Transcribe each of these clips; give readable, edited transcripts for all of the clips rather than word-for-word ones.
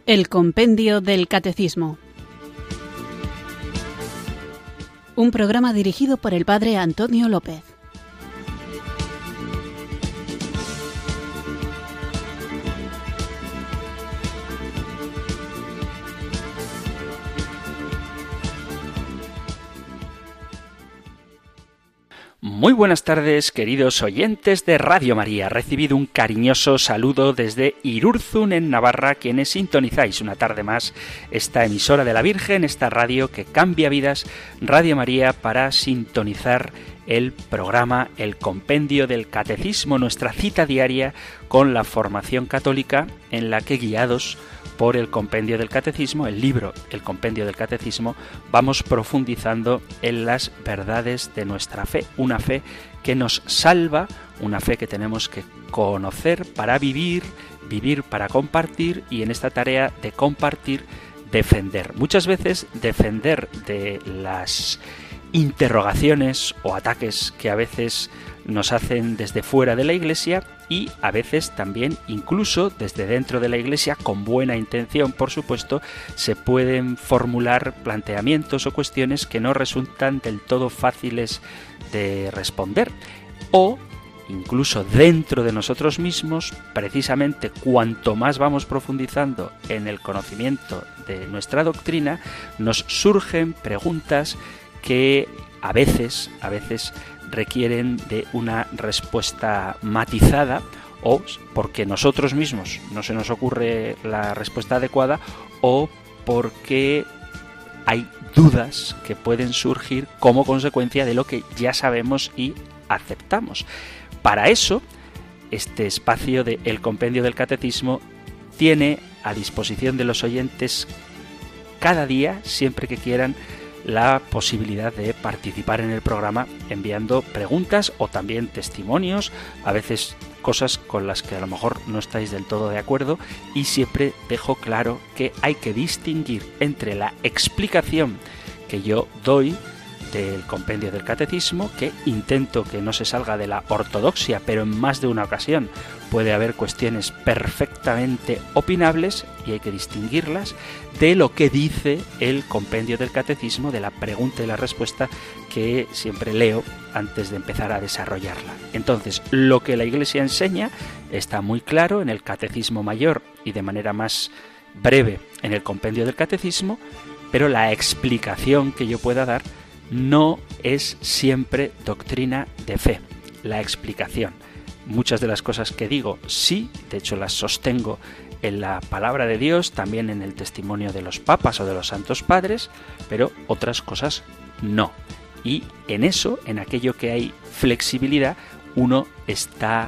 El Compendio del Catecismo. Un programa dirigido por el Padre Antonio López. Muy buenas tardes, queridos oyentes de Radio María. Recibido un cariñoso saludo desde Irurzun, en Navarra, quienes sintonizáis una tarde más esta emisora de la Virgen, esta radio que cambia vidas, Radio María, para sintonizar el programa El Compendio del Catecismo, nuestra cita diaria con la formación católica, en la que, guiados por el Compendio del Catecismo, el libro El Compendio del Catecismo, vamos profundizando en las verdades de nuestra fe, una fe que nos salva, una fe que tenemos que conocer para vivir, vivir para compartir, y en esta tarea de compartir, defender. Muchas veces defender de las interrogaciones o ataques que a veces nos hacen desde fuera de la Iglesia, y a veces también incluso desde dentro de la Iglesia, con buena intención por supuesto, se pueden formular planteamientos o cuestiones que no resultan del todo fáciles de responder. O incluso dentro de nosotros mismos, precisamente cuanto más vamos profundizando en el conocimiento de nuestra doctrina, nos surgen preguntas que a veces requieren de una respuesta matizada, o porque nosotros mismos no se nos ocurre la respuesta adecuada, o porque hay dudas que pueden surgir como consecuencia de lo que ya sabemos y aceptamos. Para eso, este espacio de El Compendio del Catecismo tiene a disposición de los oyentes cada día, siempre que quieran, la posibilidad de participar en el programa enviando preguntas o también testimonios, a veces cosas con las que a lo mejor no estáis del todo de acuerdo, y siempre dejo claro que hay que distinguir entre la explicación que yo doy del Compendio del Catecismo, que intento que no se salga de la ortodoxia, pero en más de una ocasión puede haber cuestiones perfectamente opinables y hay que distinguirlas, de lo que dice el Compendio del Catecismo, de la pregunta y la respuesta que siempre leo antes de empezar a desarrollarla. Entonces, lo que la Iglesia enseña está muy claro en el Catecismo Mayor y de manera más breve en el Compendio del Catecismo, pero la explicación que yo pueda dar no es siempre doctrina de fe. La explicación. Muchas de las cosas que digo, sí, de hecho las sostengo en la palabra de Dios, también en el testimonio de los papas o de los santos padres, pero otras cosas no. Y en eso, en aquello que hay flexibilidad, uno está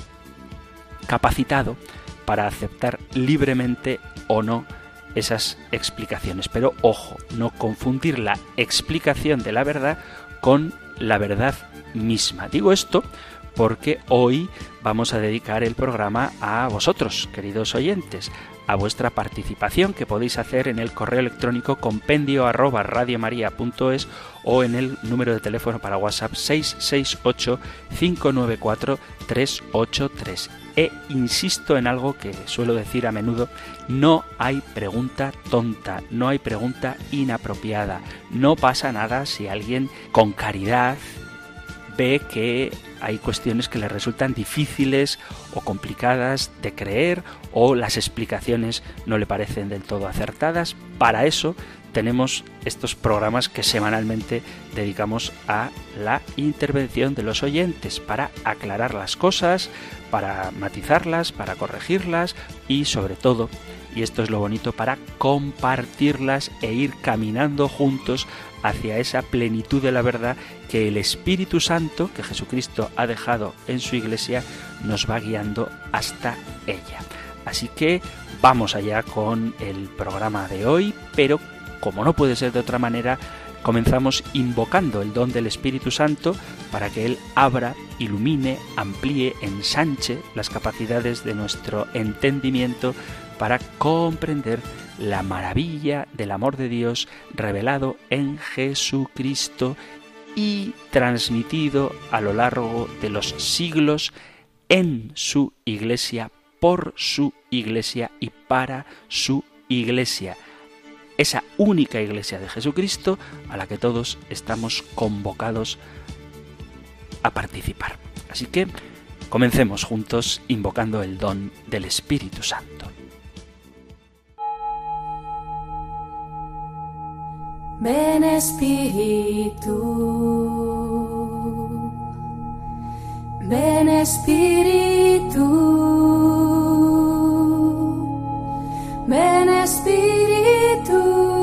capacitado para aceptar libremente o no esas explicaciones. Pero ojo, no confundir la explicación de la verdad con la verdad misma. Digo esto porque hoy vamos a dedicar el programa a vosotros, queridos oyentes, a vuestra participación, que podéis hacer en el correo electrónico compendio@radiomaria.es o en el número de teléfono para WhatsApp 668-594-383. Insisto en algo que suelo decir a menudo: no hay pregunta tonta, no hay pregunta inapropiada. No pasa nada si alguien con caridad ve que hay cuestiones que le resultan difíciles o complicadas de creer, o las explicaciones no le parecen del todo acertadas. Para eso tenemos estos programas que semanalmente dedicamos a la intervención de los oyentes, para aclarar las cosas, para matizarlas, para corregirlas y sobre todo, y esto es lo bonito, para compartirlas e ir caminando juntos hacia esa plenitud de la verdad que el Espíritu Santo, que Jesucristo ha dejado en su Iglesia, nos va guiando hasta ella. Así que vamos allá con el programa de hoy, pero como no puede ser de otra manera, comenzamos invocando el don del Espíritu Santo para que Él abra, ilumine, amplíe, ensanche las capacidades de nuestro entendimiento para comprender la maravilla del amor de Dios revelado en Jesucristo y transmitido a lo largo de los siglos en su Iglesia, por su Iglesia y para su Iglesia, esa única Iglesia de Jesucristo a la que todos estamos convocados a participar. Así que comencemos juntos invocando el don del Espíritu Santo. Ven Espíritu, ven Espíritu, ven Espíritu.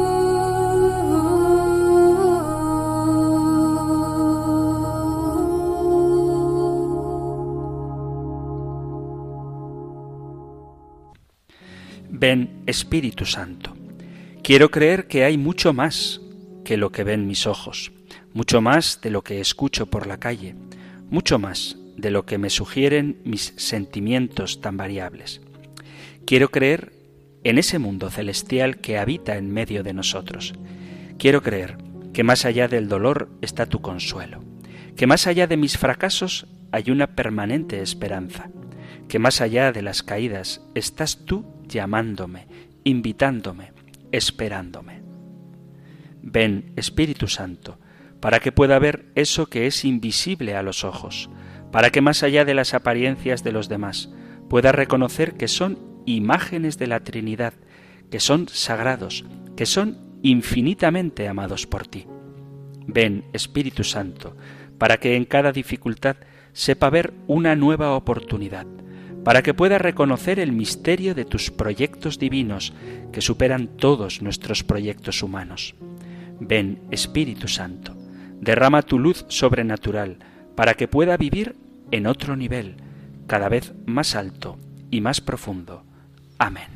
Ven Espíritu Santo. Quiero creer que hay mucho más que lo que ven mis ojos, mucho más de lo que escucho por la calle, mucho más de lo que me sugieren mis sentimientos tan variables. Quiero creer en ese mundo celestial que habita en medio de nosotros. Quiero creer que más allá del dolor está tu consuelo, que más allá de mis fracasos hay una permanente esperanza, que más allá de las caídas estás tú llamándome, invitándome, esperándome. Ven, Espíritu Santo, para que pueda ver eso que es invisible a los ojos, para que más allá de las apariencias de los demás pueda reconocer que son imágenes de la Trinidad, que son sagrados, que son infinitamente amados por ti. Ven, Espíritu Santo, para que en cada dificultad sepa ver una nueva oportunidad, para que pueda reconocer el misterio de tus proyectos divinos que superan todos nuestros proyectos humanos. Ven, Espíritu Santo, derrama tu luz sobrenatural para que pueda vivir en otro nivel, cada vez más alto y más profundo. Amén.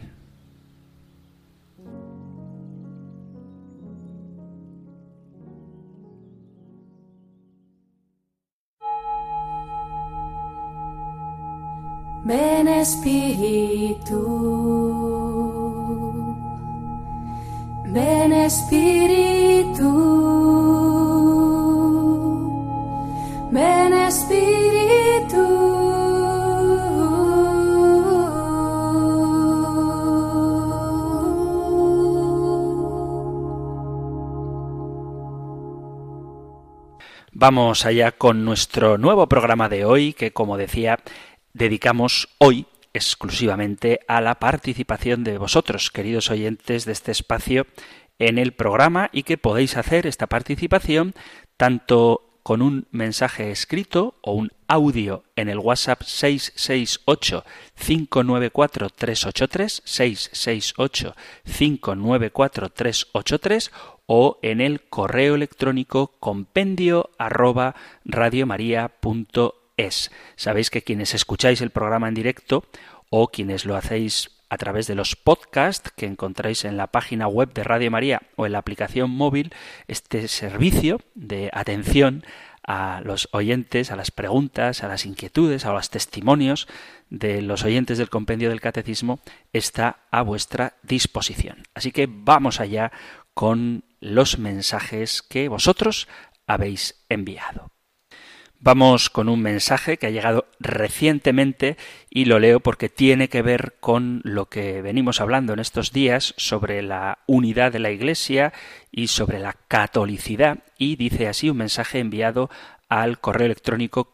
Ven Espíritu, ven Espíritu, ven Espíritu. Vamos allá con nuestro nuevo programa de hoy, que como decía, dedicamos hoy exclusivamente a la participación de vosotros, queridos oyentes de este espacio, en el programa, y que podéis hacer esta participación tanto con un mensaje escrito o un audio en el WhatsApp 668-594-383, 668-594-383, o en el correo electrónico compendio@radiomaria.es. Sabéis que quienes escucháis el programa en directo o quienes lo hacéis a través de los podcasts que encontráis en la página web de Radio María o en la aplicación móvil, este servicio de atención a los oyentes, a las preguntas, a las inquietudes, a los testimonios de los oyentes del Compendio del Catecismo está a vuestra disposición. Así que vamos allá con los mensajes que vosotros habéis enviado. Vamos con un mensaje que ha llegado recientemente y lo leo porque tiene que ver con lo que venimos hablando en estos días sobre la unidad de la Iglesia y sobre la catolicidad, y dice así un mensaje enviado al correo electrónico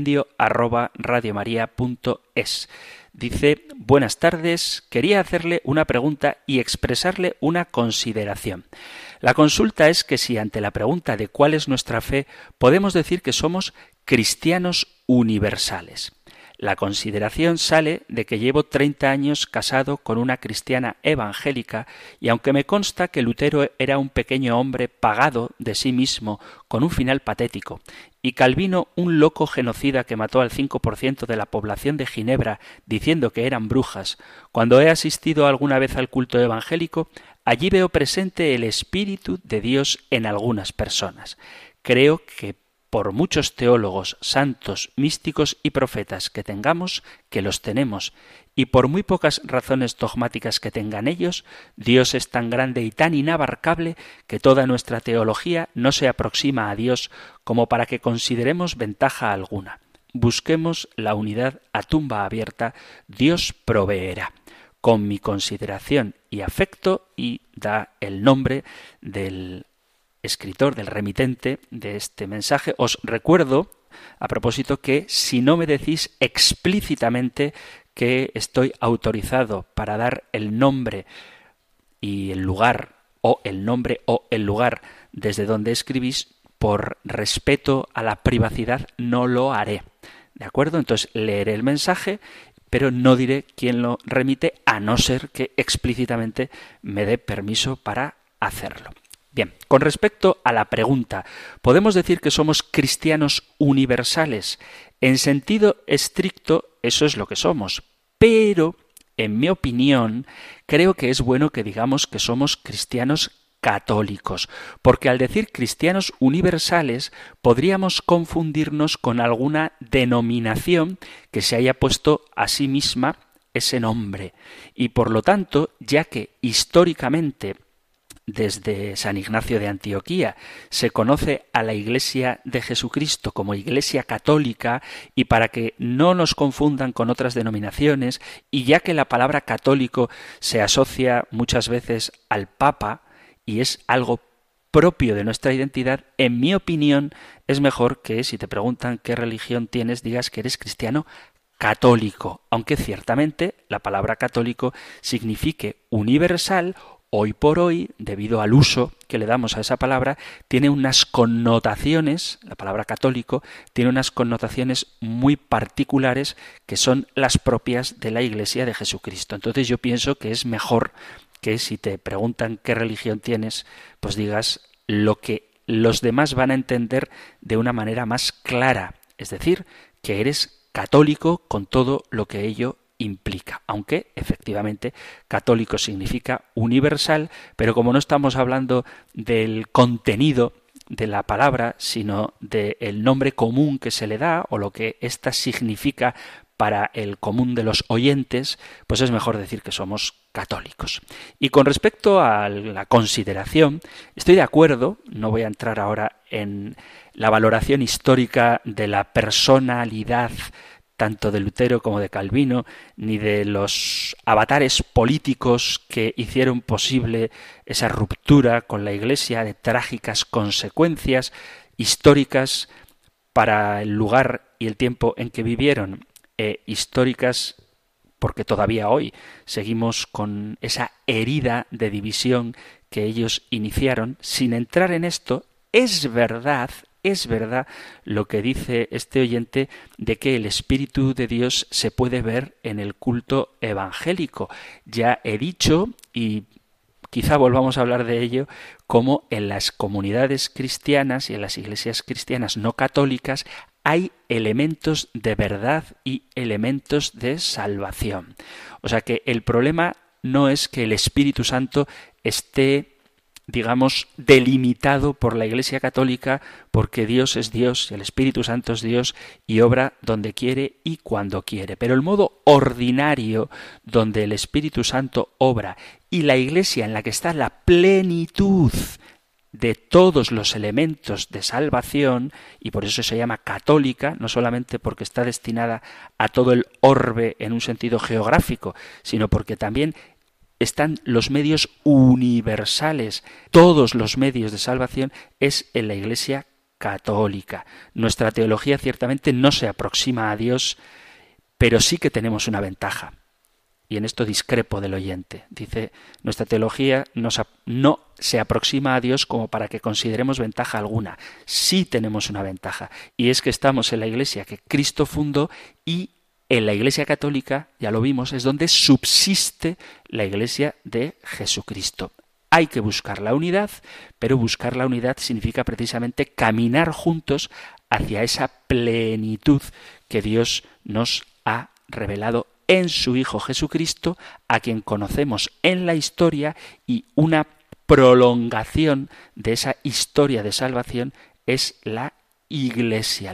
compendio@radiomaria.es. Dice: buenas tardes, quería hacerle una pregunta y expresarle una consideración. La consulta es que si ante la pregunta de cuál es nuestra fe podemos decir que somos cristianos universales. La consideración sale de que llevo 30 años casado con una cristiana evangélica y aunque me consta que Lutero era un pequeño hombre pagado de sí mismo con un final patético y Calvino un loco genocida que mató al 5% de la población de Ginebra diciendo que eran brujas, cuando he asistido alguna vez al culto evangélico, allí veo presente el Espíritu de Dios en algunas personas. Creo que por muchos teólogos, santos, místicos y profetas que tengamos, que los tenemos, y por muy pocas razones dogmáticas que tengan ellos, Dios es tan grande y tan inabarcable que toda nuestra teología no se aproxima a Dios como para que consideremos ventaja alguna. Busquemos la unidad a tumba abierta, Dios proveerá. con mi consideración y afecto, y da el nombre del escritor, del remitente de este mensaje. Os recuerdo, a propósito, que si no me decís explícitamente que estoy autorizado para dar el nombre y el lugar, o el nombre o el lugar desde donde escribís, por respeto a la privacidad no lo haré. ¿De acuerdo? Entonces leeré el mensaje, pero no diré quién lo remite, a no ser que explícitamente me dé permiso para hacerlo. Bien, con respecto a la pregunta, ¿podemos decir que somos cristianos universales? En sentido estricto, eso es lo que somos, pero, en mi opinión, creo que es bueno que digamos que somos cristianos católicos, porque al decir cristianos universales podríamos confundirnos con alguna denominación que se haya puesto a sí misma ese nombre, y por lo tanto, ya que históricamente desde San Ignacio de Antioquía se conoce a la Iglesia de Jesucristo como Iglesia católica, y para que no nos confundan con otras denominaciones, y ya que la palabra católico se asocia muchas veces al Papa y es algo propio de nuestra identidad, en mi opinión es mejor que si te preguntan qué religión tienes, digas que eres cristiano católico, aunque ciertamente la palabra católico signifique universal. Hoy por hoy, debido al uso que le damos a esa palabra, tiene unas connotaciones, la palabra católico, tiene unas connotaciones muy particulares que son las propias de la Iglesia de Jesucristo. Entonces yo pienso que es mejor que si te preguntan qué religión tienes, pues digas lo que los demás van a entender de una manera más clara, es decir, que eres católico con todo lo que ello implica, aunque efectivamente católico significa universal, pero como no estamos hablando del contenido de la palabra, sino del nombre común que se le da o lo que ésta significa para el común de los oyentes, pues es mejor decir que somos católicos. Y con respecto a la consideración, estoy de acuerdo, no voy a entrar ahora en la valoración histórica de la personalidad tanto de Lutero como de Calvino, ni de los avatares políticos que hicieron posible esa ruptura con la Iglesia, de trágicas consecuencias históricas para el lugar y el tiempo en que vivieron, históricas porque todavía hoy seguimos con esa herida de división que ellos iniciaron. Sin entrar en esto, es verdad lo que dice este oyente de que el Espíritu de Dios se puede ver en el culto evangélico. Ya he dicho, y quizá volvamos a hablar de ello, como en las comunidades cristianas y en las iglesias cristianas no católicas hay elementos de verdad y elementos de salvación. O sea que el problema no es que el Espíritu Santo esté, digamos, delimitado por la Iglesia Católica, porque Dios es Dios y el Espíritu Santo es Dios y obra donde quiere y cuando quiere. Pero el modo ordinario donde el Espíritu Santo obra y la Iglesia en la que está la plenitud de todos los elementos de salvación, y por eso se llama católica, no solamente porque está destinada a todo el orbe en un sentido geográfico, sino porque también están los medios universales, todos los medios de salvación es en la Iglesia católica. Nuestra teología ciertamente no se aproxima a Dios, pero sí que tenemos una ventaja. Y en esto discrepo del oyente. Dice, nuestra teología no se aproxima a Dios como para que consideremos ventaja alguna. Sí tenemos una ventaja, y es que estamos en la Iglesia que Cristo fundó, y en la Iglesia Católica, ya lo vimos, es donde subsiste la Iglesia de Jesucristo. Hay que buscar la unidad, pero buscar la unidad significa precisamente caminar juntos hacia esa plenitud que Dios nos ha revelado en su Hijo Jesucristo, a quien conocemos en la historia, y una prolongación de esa historia de salvación es la Iglesia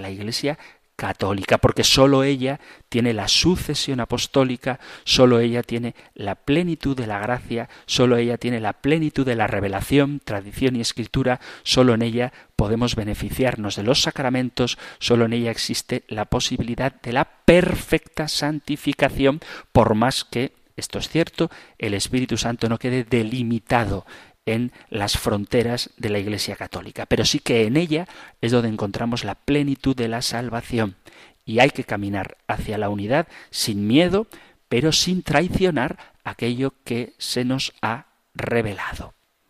católica, porque sólo ella tiene la sucesión apostólica, sólo ella tiene la plenitud de la gracia, sólo ella tiene la plenitud de la revelación, tradición y escritura, sólo en ella podemos beneficiarnos de los sacramentos, sólo en ella existe la posibilidad de la perfecta santificación, por más que esto es cierto, el Espíritu Santo no quede delimitado en las fronteras de la Iglesia Católica, pero sí que en ella es donde encontramos la plenitud de la salvación. Y hay que caminar hacia la unidad sin miedo, pero sin traicionar aquello que se nos ha revelado.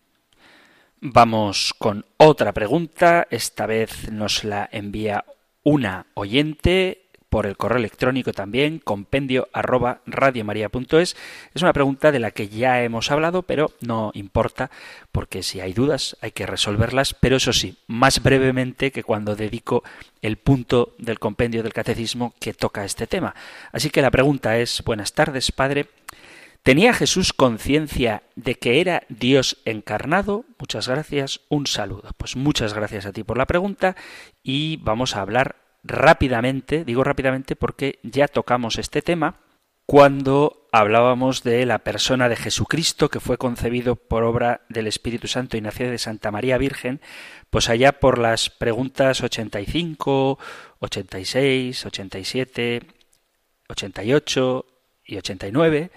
Vamos con otra pregunta. Esta vez nos la envía una oyente por el correo electrónico también, compendio@radiomaria.es. Es una pregunta de la que ya hemos hablado, pero no importa, porque si hay dudas hay que resolverlas, pero eso sí, más brevemente que cuando dedico el punto del compendio del catecismo que toca este tema. Así que la pregunta es: buenas tardes, padre. ¿Tenía Jesús conciencia de que era Dios encarnado? Muchas gracias, un saludo. Pues muchas gracias a ti por la pregunta y vamos a hablar rápidamente, digo rápidamente porque ya tocamos este tema cuando hablábamos de la persona de Jesucristo que fue concebido por obra del Espíritu Santo y nació de Santa María Virgen, pues allá por las preguntas 85, 86, 87, 88 y 89,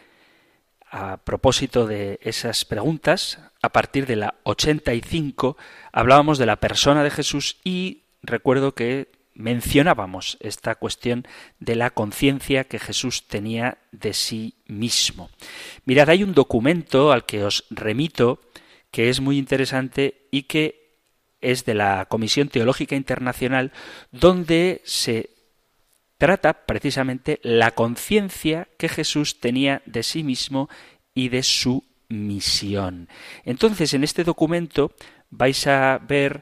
a propósito de esas preguntas, a partir de la 85 hablábamos de la persona de Jesús y recuerdo que mencionábamos esta cuestión de la conciencia que Jesús tenía de sí mismo. Mirad, hay un documento al que os remito que es muy interesante y que es de la Comisión Teológica Internacional, donde se trata precisamente la conciencia que Jesús tenía de sí mismo y de su misión. Entonces, en este documento vais a ver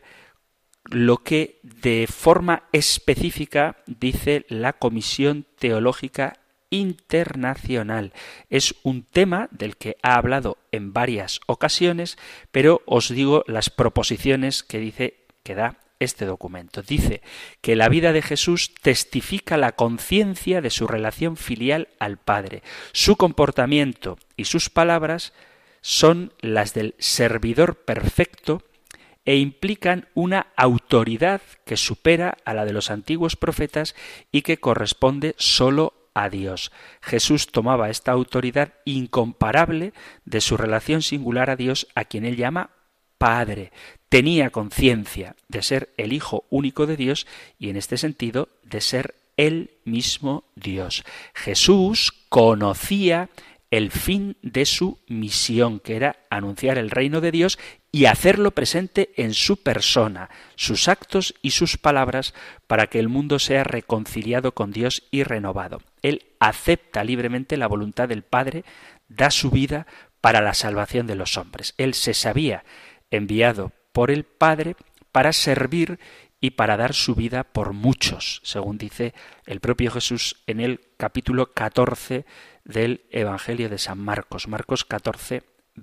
lo que de forma específica dice la Comisión Teológica Internacional. Es un tema del que ha hablado en varias ocasiones, pero os digo las proposiciones que dice que da este documento. Dice que la vida de Jesús testifica la conciencia de su relación filial al Padre. Su comportamiento y sus palabras son las del servidor perfecto e implican una autoridad que supera a la de los antiguos profetas y que corresponde solo a Dios. Jesús tomaba esta autoridad incomparable de su relación singular a Dios, a quien él llama Padre. Tenía conciencia de ser el Hijo único de Dios y en este sentido de ser él mismo Dios. Jesús conocía el fin de su misión, que era anunciar el reino de Dios y hacerlo presente en su persona, sus actos y sus palabras, para que el mundo sea reconciliado con Dios y renovado. Él acepta libremente la voluntad del Padre, da su vida para la salvación de los hombres. Él se sabía enviado por el Padre para servir y para dar su vida por muchos, según dice el propio Jesús en el capítulo 14 del Evangelio de San Marcos, Marcos 14,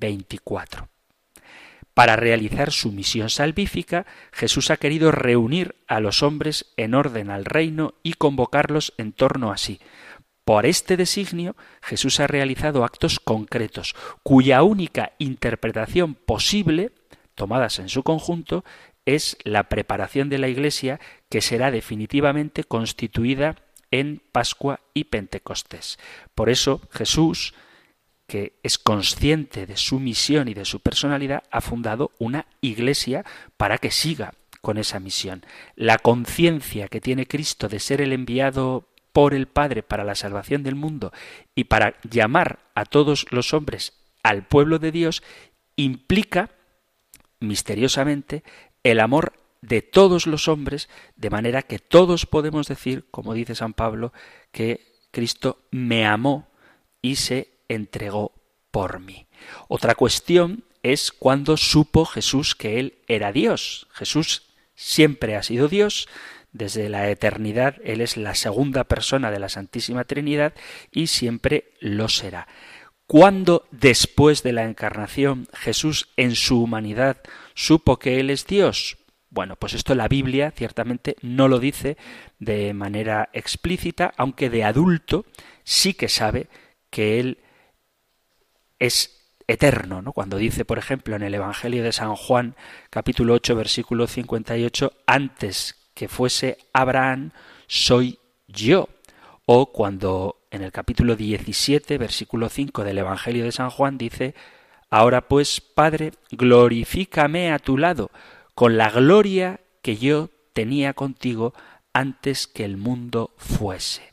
24. Para realizar su misión salvífica, Jesús ha querido reunir a los hombres en orden al reino y convocarlos en torno a sí. Por este designio, Jesús ha realizado actos concretos, cuya única interpretación posible, tomadas en su conjunto, es la preparación de la Iglesia, que será definitivamente constituida en Pascua y Pentecostés. Por eso Jesús, que es consciente de su misión y de su personalidad, ha fundado una Iglesia para que siga con esa misión. La conciencia que tiene Cristo de ser el enviado por el Padre para la salvación del mundo y para llamar a todos los hombres al pueblo de Dios implica misteriosamente el amor de todos los hombres, de manera que todos podemos decir, como dice San Pablo, que Cristo me amó y se entregó por mí. Otra cuestión es cuando supo Jesús que Él era Dios. Jesús siempre ha sido Dios, desde la eternidad Él es la segunda persona de la Santísima Trinidad y siempre lo será. ¿Cuándo después de la encarnación Jesús en su humanidad supo que Él es Dios? Bueno, pues esto la Biblia ciertamente no lo dice de manera explícita, aunque de adulto sí que sabe que Él es eterno, ¿no? Cuando dice, por ejemplo, en el Evangelio de San Juan, capítulo 8, versículo 58, antes que fuese Abraham, soy yo. O cuando en el capítulo 17, versículo 5 del Evangelio de San Juan, dice: Ahora pues, Padre, glorifícame a tu lado, con la gloria que yo tenía contigo antes que el mundo fuese.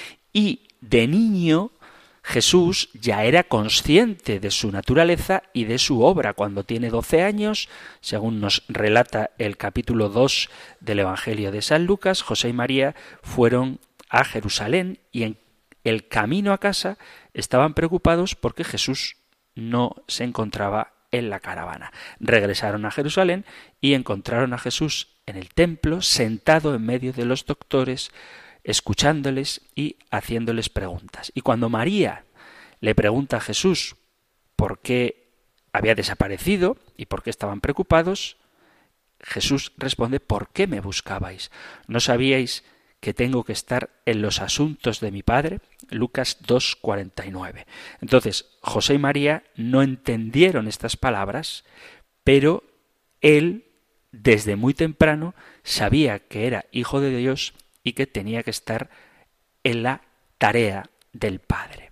Y de niño Jesús ya era consciente de su naturaleza y de su obra. Cuando tiene 12 años, según nos relata el capítulo 2 del Evangelio de San Lucas, José y María fueron a Jerusalén y en el camino a casa estaban preocupados porque Jesús no se encontraba en la caravana. Regresaron a Jerusalén y encontraron a Jesús en el templo, sentado en medio de los doctores, escuchándoles y haciéndoles preguntas. Y cuando María le pregunta a Jesús por qué había desaparecido y por qué estaban preocupados, Jesús responde: ¿por qué me buscabais? ¿No sabíais que tengo que estar en los asuntos de mi Padre? Lucas 2:49. Entonces, José y María no entendieron estas palabras, pero él, desde muy temprano, sabía que era hijo de Dios y que tenía que estar en la tarea del Padre.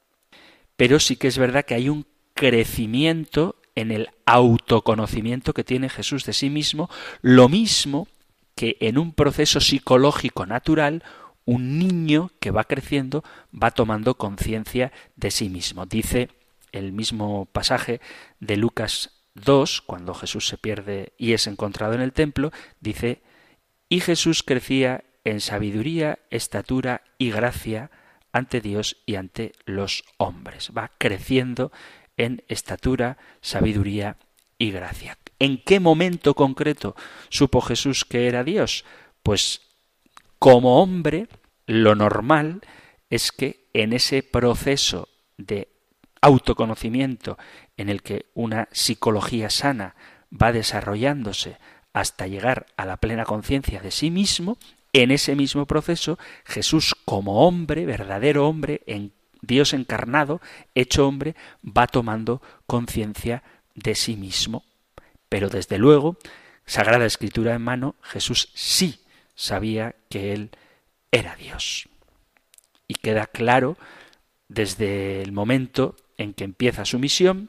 Pero sí que es verdad que hay un crecimiento en el autoconocimiento que tiene Jesús de sí mismo, lo mismo que en un proceso psicológico natural, un niño que va creciendo va tomando conciencia de sí mismo. Dice el mismo pasaje de Lucas 2, cuando Jesús se pierde y es encontrado en el templo, dice: y Jesús crecía en sabiduría, estatura y gracia ante Dios y ante los hombres. Va creciendo en estatura, sabiduría y gracia. ¿En qué momento concreto supo Jesús que era Dios? Pues como hombre, lo normal es que en ese proceso de autoconocimiento en el que una psicología sana va desarrollándose hasta llegar a la plena conciencia de sí mismo, en ese mismo proceso, Jesús como hombre, verdadero hombre, en Dios encarnado, hecho hombre, va tomando conciencia de sí mismo. Pero desde luego, Sagrada Escritura en mano, Jesús sí sabía que Él era Dios. Y queda claro desde el momento en que empieza su misión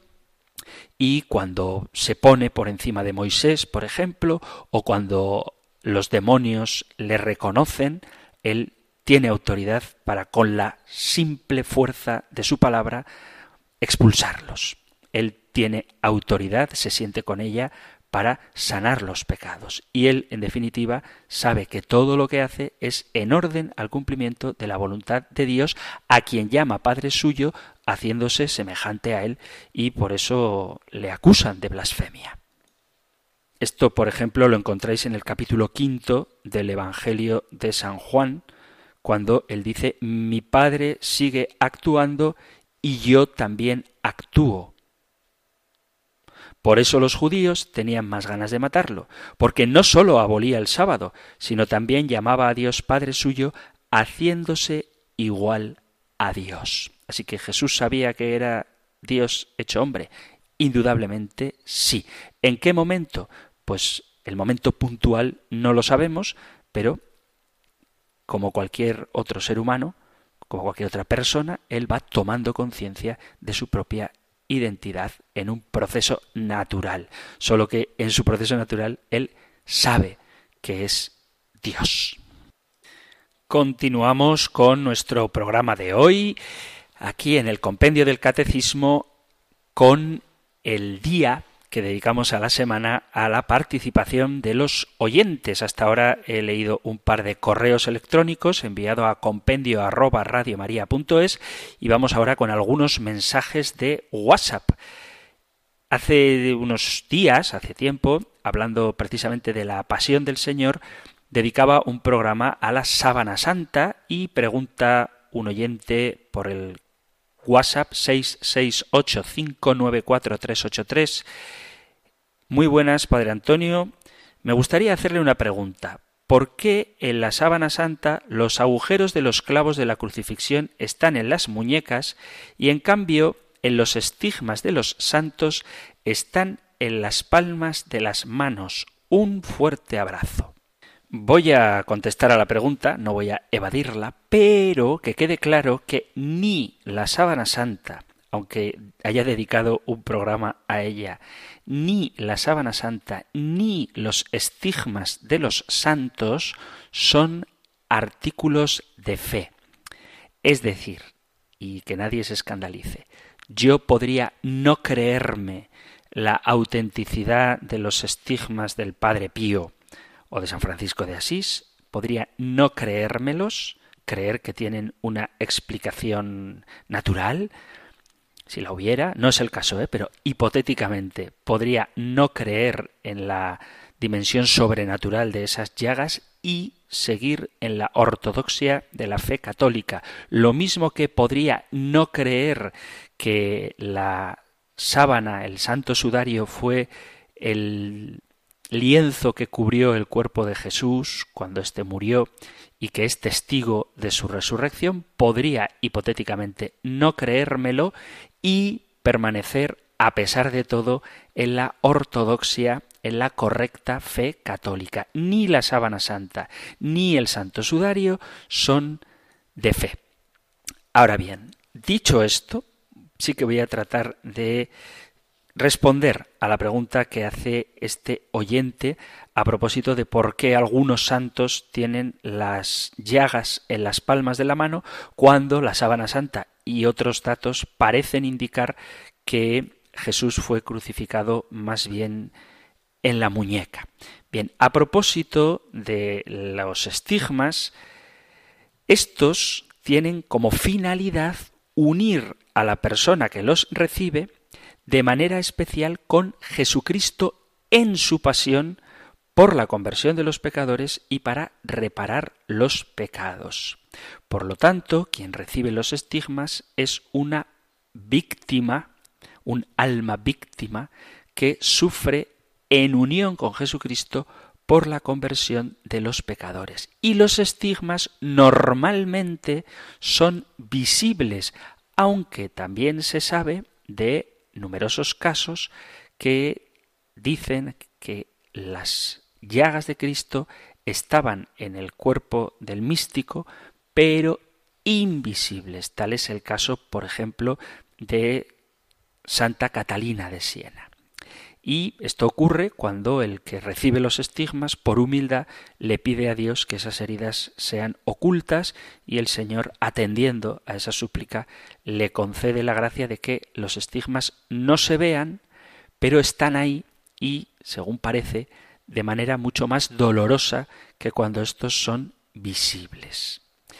y cuando se pone por encima de Moisés, por ejemplo, o cuando los demonios le reconocen, Él tiene autoridad para, con la simple fuerza de su palabra, expulsarlos. Él tiene autoridad, se siente con ella para sanar los pecados. Y Él, en definitiva, sabe que todo lo que hace es en orden al cumplimiento de la voluntad de Dios, a quien llama Padre suyo, haciéndose semejante a Él, y por eso le acusan de blasfemia. Esto, por ejemplo, lo encontráis en el capítulo 5 del Evangelio de San Juan, cuando Él dice: mi Padre sigue actuando y yo también actúo. Por eso los judíos tenían más ganas de matarlo, porque no sólo abolía el sábado, sino también llamaba a Dios Padre suyo, haciéndose igual a Dios. Así que Jesús sabía que era Dios hecho hombre. Indudablemente sí. ¿En qué momento? Pues el momento puntual no lo sabemos, pero como cualquier otro ser humano, como cualquier otra persona, Él va tomando conciencia de su propia identidad en un proceso natural. Solo que en su proceso natural Él sabe que es Dios. Continuamos con nuestro programa de hoy, aquí en el Compendio del Catecismo, con el día que dedicamos a la semana a la participación de los oyentes. Hasta ahora he leído un par de correos electrónicos enviados a compendio@radiomaria.es y vamos ahora con algunos mensajes de WhatsApp. Hace unos días, hace tiempo, hablando precisamente de la Pasión del Señor, dedicaba un programa a la Sábana Santa y pregunta un oyente por el WhatsApp 668-594-383. Muy buenas, Padre Antonio. Me gustaría hacerle una pregunta. ¿Por qué en la Sábana Santa los agujeros de los clavos de la crucifixión están en las muñecas y en cambio en los estigmas de los santos están en las palmas de las manos? Un fuerte abrazo. Voy a contestar a la pregunta, no voy a evadirla, pero que quede claro que ni la sábana santa, aunque haya dedicado un programa a ella, ni la sábana santa, ni los estigmas de los santos son artículos de fe. Es decir, y que nadie se escandalice, yo podría no creerme la autenticidad de los estigmas del Padre Pío o de San Francisco de Asís, podría no creérmelos, creer que tienen una explicación natural, si la hubiera, no es el caso, pero hipotéticamente podría no creer en la dimensión sobrenatural de esas llagas y seguir en la ortodoxia de la fe católica. Lo mismo que podría no creer que la sábana, el santo sudario, fue el lienzo que cubrió el cuerpo de Jesús cuando éste murió y que es testigo de su resurrección, podría hipotéticamente no creérmelo y permanecer, a pesar de todo, en la ortodoxia, en la correcta fe católica. Ni la sábana santa ni el santo sudario son de fe. Ahora bien, dicho esto, sí que voy a tratar de responder a la pregunta que hace este oyente a propósito de por qué algunos santos tienen las llagas en las palmas de la mano cuando la sábana santa y otros datos parecen indicar que Jesús fue crucificado más bien en la muñeca. Bien, a propósito de los estigmas, estos tienen como finalidad unir a la persona que los recibe de manera especial con Jesucristo en su pasión por la conversión de los pecadores y para reparar los pecados. Por lo tanto, quien recibe los estigmas es una víctima, un alma víctima que sufre en unión con Jesucristo por la conversión de los pecadores. Y los estigmas normalmente son visibles, aunque también se sabe de numerosos casos que dicen que las llagas de Cristo estaban en el cuerpo del místico, pero invisibles. Tal es el caso, por ejemplo, de Santa Catalina de Siena. Y esto ocurre cuando el que recibe los estigmas, por humildad, le pide a Dios que esas heridas sean ocultas y el Señor, atendiendo a esa súplica, le concede la gracia de que los estigmas no se vean, pero están ahí y, según parece, de manera mucho más dolorosa que cuando estos son visibles.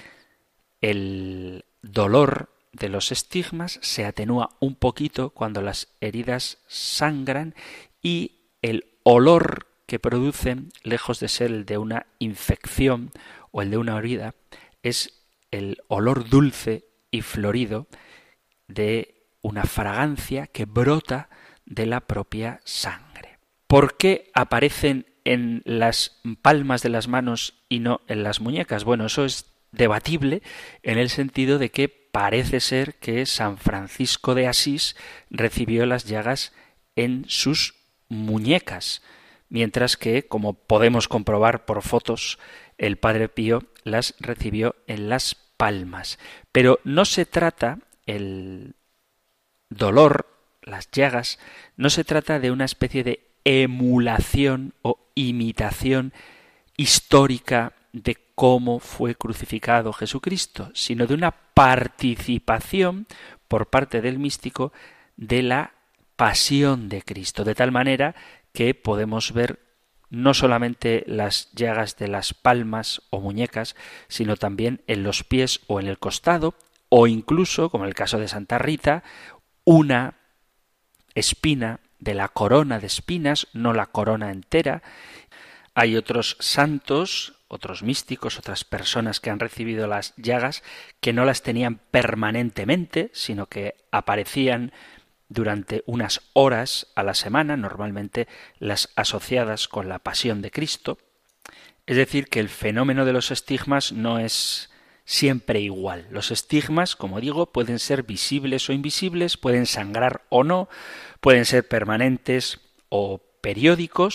El dolor de los estigmas se atenúa un poquito cuando las heridas sangran y el olor que producen, lejos de ser el de una infección o el de una herida, es el olor dulce y florido de una fragancia que brota de la propia sangre. ¿Por qué aparecen en las palmas de las manos y no en las muñecas? Bueno, eso es debatible en el sentido de que parece ser que San Francisco de Asís recibió las llagas en sus muñecas, mientras que, como podemos comprobar por fotos, el Padre Pío las recibió en las palmas. Pero no se trata, el dolor, las llagas, no se trata de una especie de emulación o imitación histórica de cómo fue crucificado Jesucristo, sino de una participación por parte del místico de la pasión de Cristo, de tal manera que podemos ver no solamente las llagas de las palmas o muñecas, sino también en los pies o en el costado, o incluso, como en el caso de Santa Rita, una espina de la corona de espinas, no la corona entera. Hay otros santos, otros místicos, otras personas que han recibido las llagas que no las tenían permanentemente, sino que aparecían durante unas horas a la semana, normalmente las asociadas con la pasión de Cristo. Es decir, que el fenómeno de los estigmas no es siempre igual. Los estigmas, como digo, pueden ser visibles o invisibles, pueden sangrar o no, pueden ser permanentes o periódicos,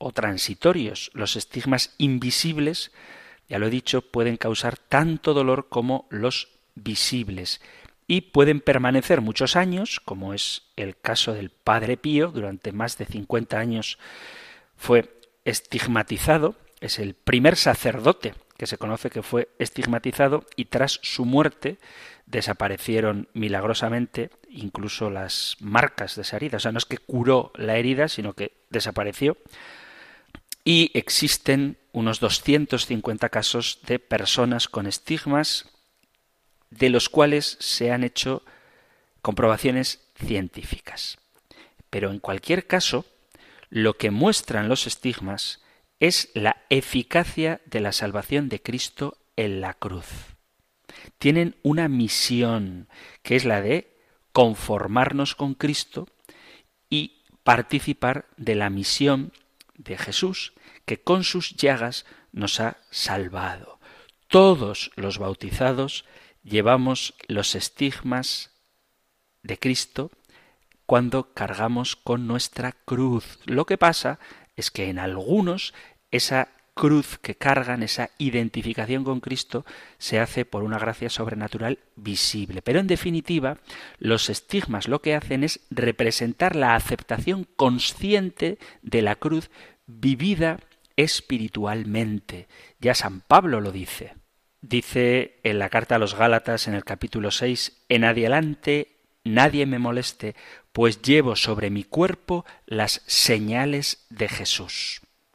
o transitorios. Los estigmas invisibles, ya lo he dicho, pueden causar tanto dolor como los visibles y pueden permanecer muchos años, como es el caso del Padre Pío. Durante más de 50 años fue estigmatizado, es el primer sacerdote que se conoce que fue estigmatizado, y tras su muerte desaparecieron milagrosamente incluso las marcas de esa herida. O sea, no es que curó la herida, sino que desapareció. Y existen unos 250 casos de personas con estigmas, de los cuales se han hecho comprobaciones científicas. Pero en cualquier caso, lo que muestran los estigmas es la eficacia de la salvación de Cristo en la cruz. Tienen una misión, que es la de conformarnos con Cristo y participar de la misión de Jesús, que con sus llagas nos ha salvado. Todos los bautizados llevamos los estigmas de Cristo cuando cargamos con nuestra cruz. Lo que pasa es que en algunos esa cruz que cargan, esa identificación con Cristo, se hace por una gracia sobrenatural visible. Pero en definitiva, los estigmas lo que hacen es representar la aceptación consciente de la cruz vivida espiritualmente. Ya San Pablo lo dice. Dice en la carta a los Gálatas, en el capítulo 6, en adelante nadie me moleste, pues llevo sobre mi cuerpo las señales de Jesús.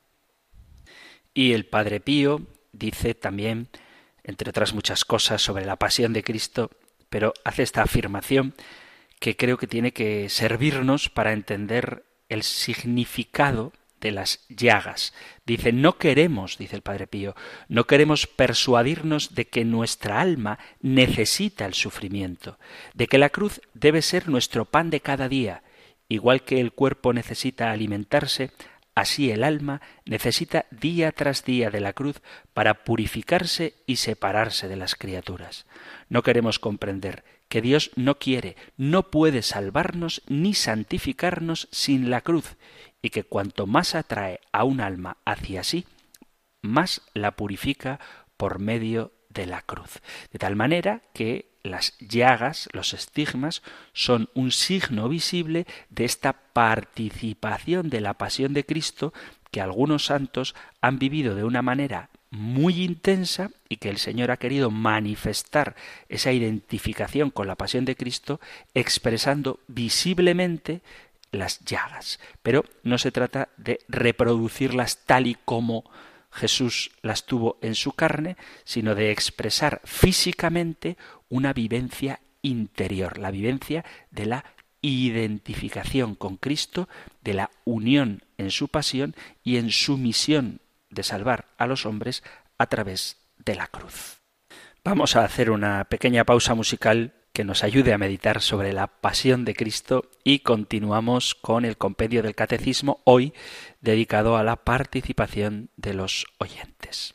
Y el Padre Pío dice también, entre otras muchas cosas, sobre la pasión de Cristo, pero hace esta afirmación que creo que tiene que servirnos para entender el significado de las llagas. Dice, no queremos, dice el Padre Pío, no queremos persuadirnos de que nuestra alma necesita el sufrimiento, de que la cruz debe ser nuestro pan de cada día, igual que el cuerpo necesita alimentarse. Así el alma necesita día tras día de la cruz para purificarse y separarse de las criaturas. No queremos comprender que Dios no quiere, no puede salvarnos ni santificarnos sin la cruz, y que cuanto más atrae a un alma hacia sí, más la purifica por medio de la cruz. De tal manera que las llagas, los estigmas, son un signo visible de esta participación de la pasión de Cristo que algunos santos han vivido de una manera muy intensa y que el Señor ha querido manifestar esa identificación con la pasión de Cristo expresando visiblemente las llagas. Pero no se trata de reproducirlas tal y como Jesús las tuvo en su carne, sino de expresar físicamente una vivencia interior, la vivencia de la identificación con Cristo, de la unión en su pasión y en su misión de salvar a los hombres a través de la cruz. Vamos a hacer una pequeña pausa musical que nos ayude a meditar sobre la pasión de Cristo y continuamos con el compendio del Catecismo, hoy dedicado a la participación de los oyentes.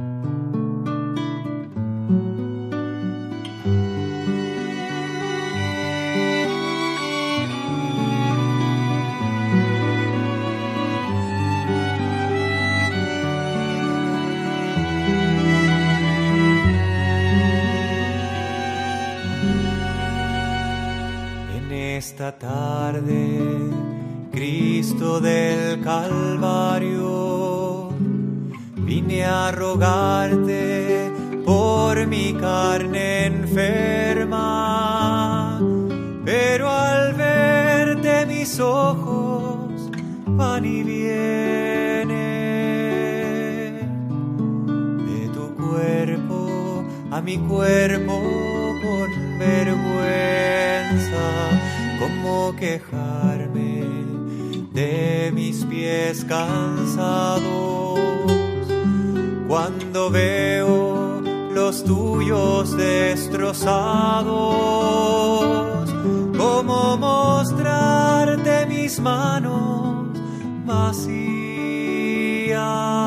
Esta tarde, Cristo del Calvario, vine a rogarte por mi carne enferma, pero al verte mis ojos van y vienen. De tu cuerpo a mi cuerpo con vergüenza, ¿cómo quejarme de mis pies cansados cuando veo los tuyos destrozados? ¿Cómo mostrarte mis manos vacías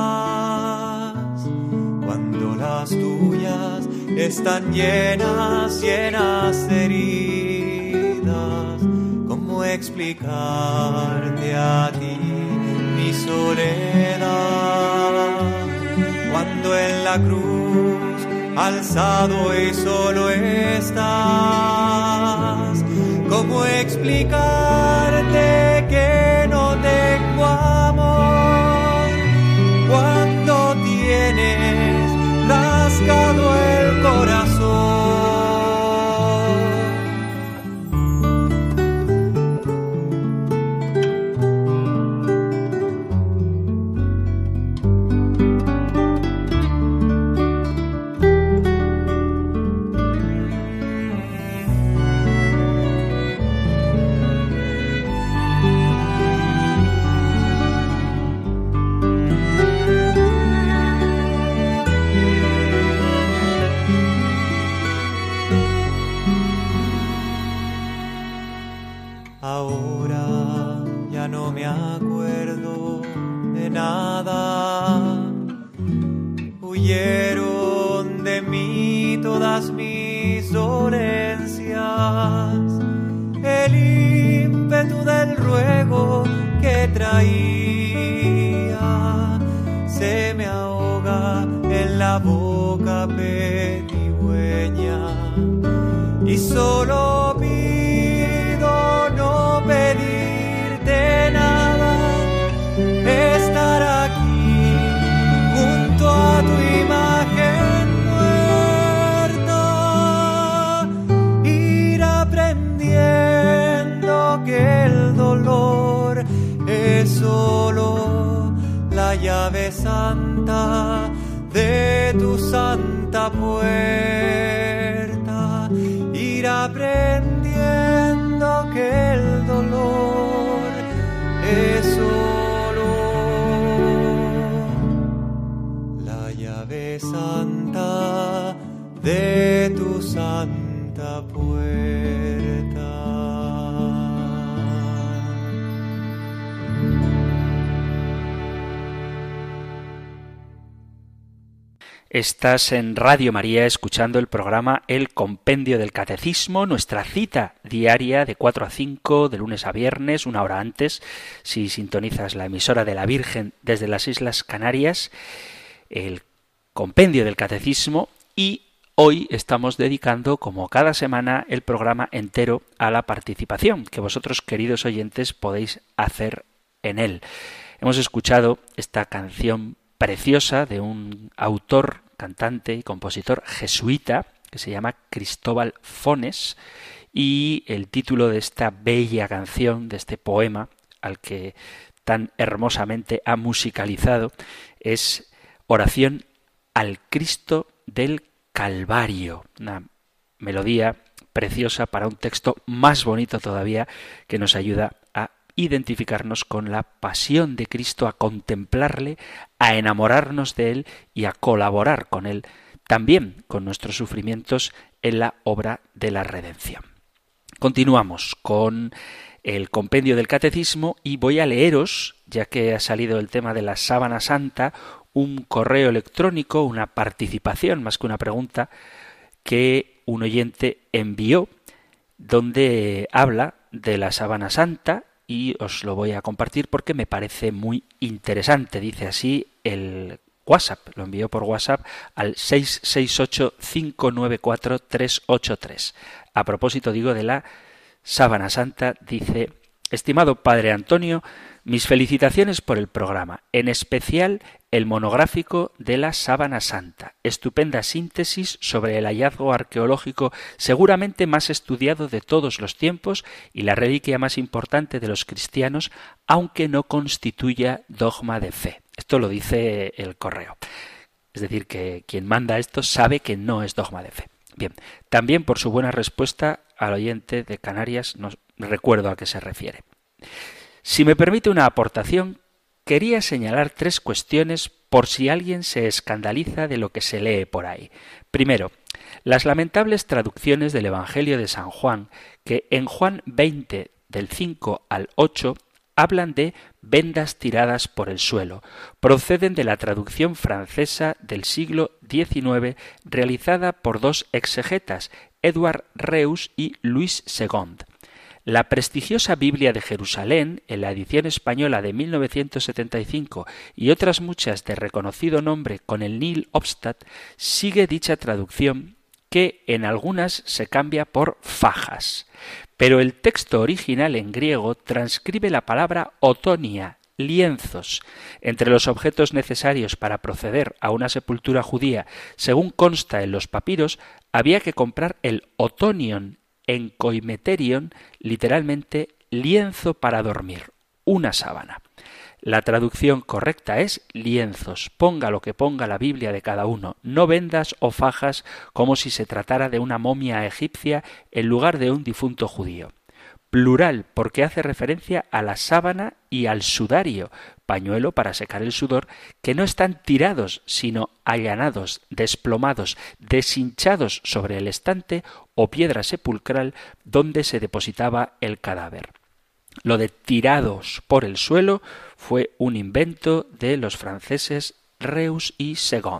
cuando las tuyas están llenas de heridas? ¿Cómo explicarte a ti mi soledad, cuando en la cruz alzado y solo estás. ¿Cómo explicarte que no tengo amor cuando tienes rasgado el corazón? Ahora ya no me acuerdo de nada, huyeron de mí todas mis dolencias, el ímpetu del ruego que traía se me ahoga en la boca pedigüeña y solo no pedirte nada, estar aquí junto a tu imagen muerta, ir aprendiendo que el dolor es solo la llave santa de tu santa puerta, ir aprendiendo que el dolor es solo la llave santa de tu santa puerta. Estás en Radio María escuchando el programa El Compendio del Catecismo, nuestra cita diaria de 4 a 5, de lunes a viernes, una hora antes, si sintonizas la emisora de la Virgen desde las Islas Canarias, el Compendio del Catecismo, y hoy estamos dedicando, como cada semana, el programa entero a la participación, que vosotros, queridos oyentes, podéis hacer en él. Hemos escuchado esta canción preciosa de un autor, cantante y compositor jesuita que se llama Cristóbal Fones, y el título de esta bella canción, de este poema al que tan hermosamente ha musicalizado, es Oración al Cristo del Calvario, una melodía preciosa para un texto más bonito todavía que nos ayuda a identificarnos con la pasión de Cristo, a contemplarle, a enamorarnos de él y a colaborar con él, también con nuestros sufrimientos en la obra de la redención. Continuamos con el compendio del Catecismo y voy a leeros, ya que ha salido el tema de la Sábana Santa, un correo electrónico, una participación más que una pregunta, que un oyente envió, donde habla de la Sábana Santa, y os lo voy a compartir porque me parece muy interesante. Dice así el WhatsApp, lo envió por WhatsApp al 668-594-383. A propósito, digo, de la Sábana Santa, dice: estimado Padre Antonio, mis felicitaciones por el programa, en especial el monográfico de la Sábana Santa. Estupenda síntesis sobre el hallazgo arqueológico seguramente más estudiado de todos los tiempos y la reliquia más importante de los cristianos, aunque no constituya dogma de fe. Esto lo dice el correo. Es decir, que quien manda esto sabe que no es dogma de fe. Bien, también por su buena respuesta al oyente de Canarias, no recuerdo a qué se refiere. Si me permite una aportación, quería señalar 3 cuestiones por si alguien se escandaliza de lo que se lee por ahí. Primero, las lamentables traducciones del Evangelio de San Juan, que en Juan 20, del 5 al 8, hablan de vendas tiradas por el suelo. Proceden de la traducción francesa del siglo XIX, realizada por 2 exegetas, Edouard Reus y Louis Segond. La prestigiosa Biblia de Jerusalén, en la edición española de 1975, y otras muchas de reconocido nombre con el Neil Obstat, sigue dicha traducción que en algunas se cambia por fajas. Pero el texto original en griego transcribe la palabra otonia, lienzos. Entre los objetos necesarios para proceder a una sepultura judía, según consta en los papiros, había que comprar el otonion, en koimeterion, literalmente lienzo para dormir, una sábana. La traducción correcta es lienzos, ponga lo que ponga la Biblia de cada uno, no vendas o fajas como si se tratara de una momia egipcia en lugar de un difunto judío. Plural, porque hace referencia a la sábana y al sudario, pañuelo para secar el sudor, que no están tirados, sino allanados, desplomados, deshinchados sobre el estante o piedra sepulcral donde se depositaba el cadáver. Lo de tirados por el suelo fue un invento de los franceses Reus y Segond.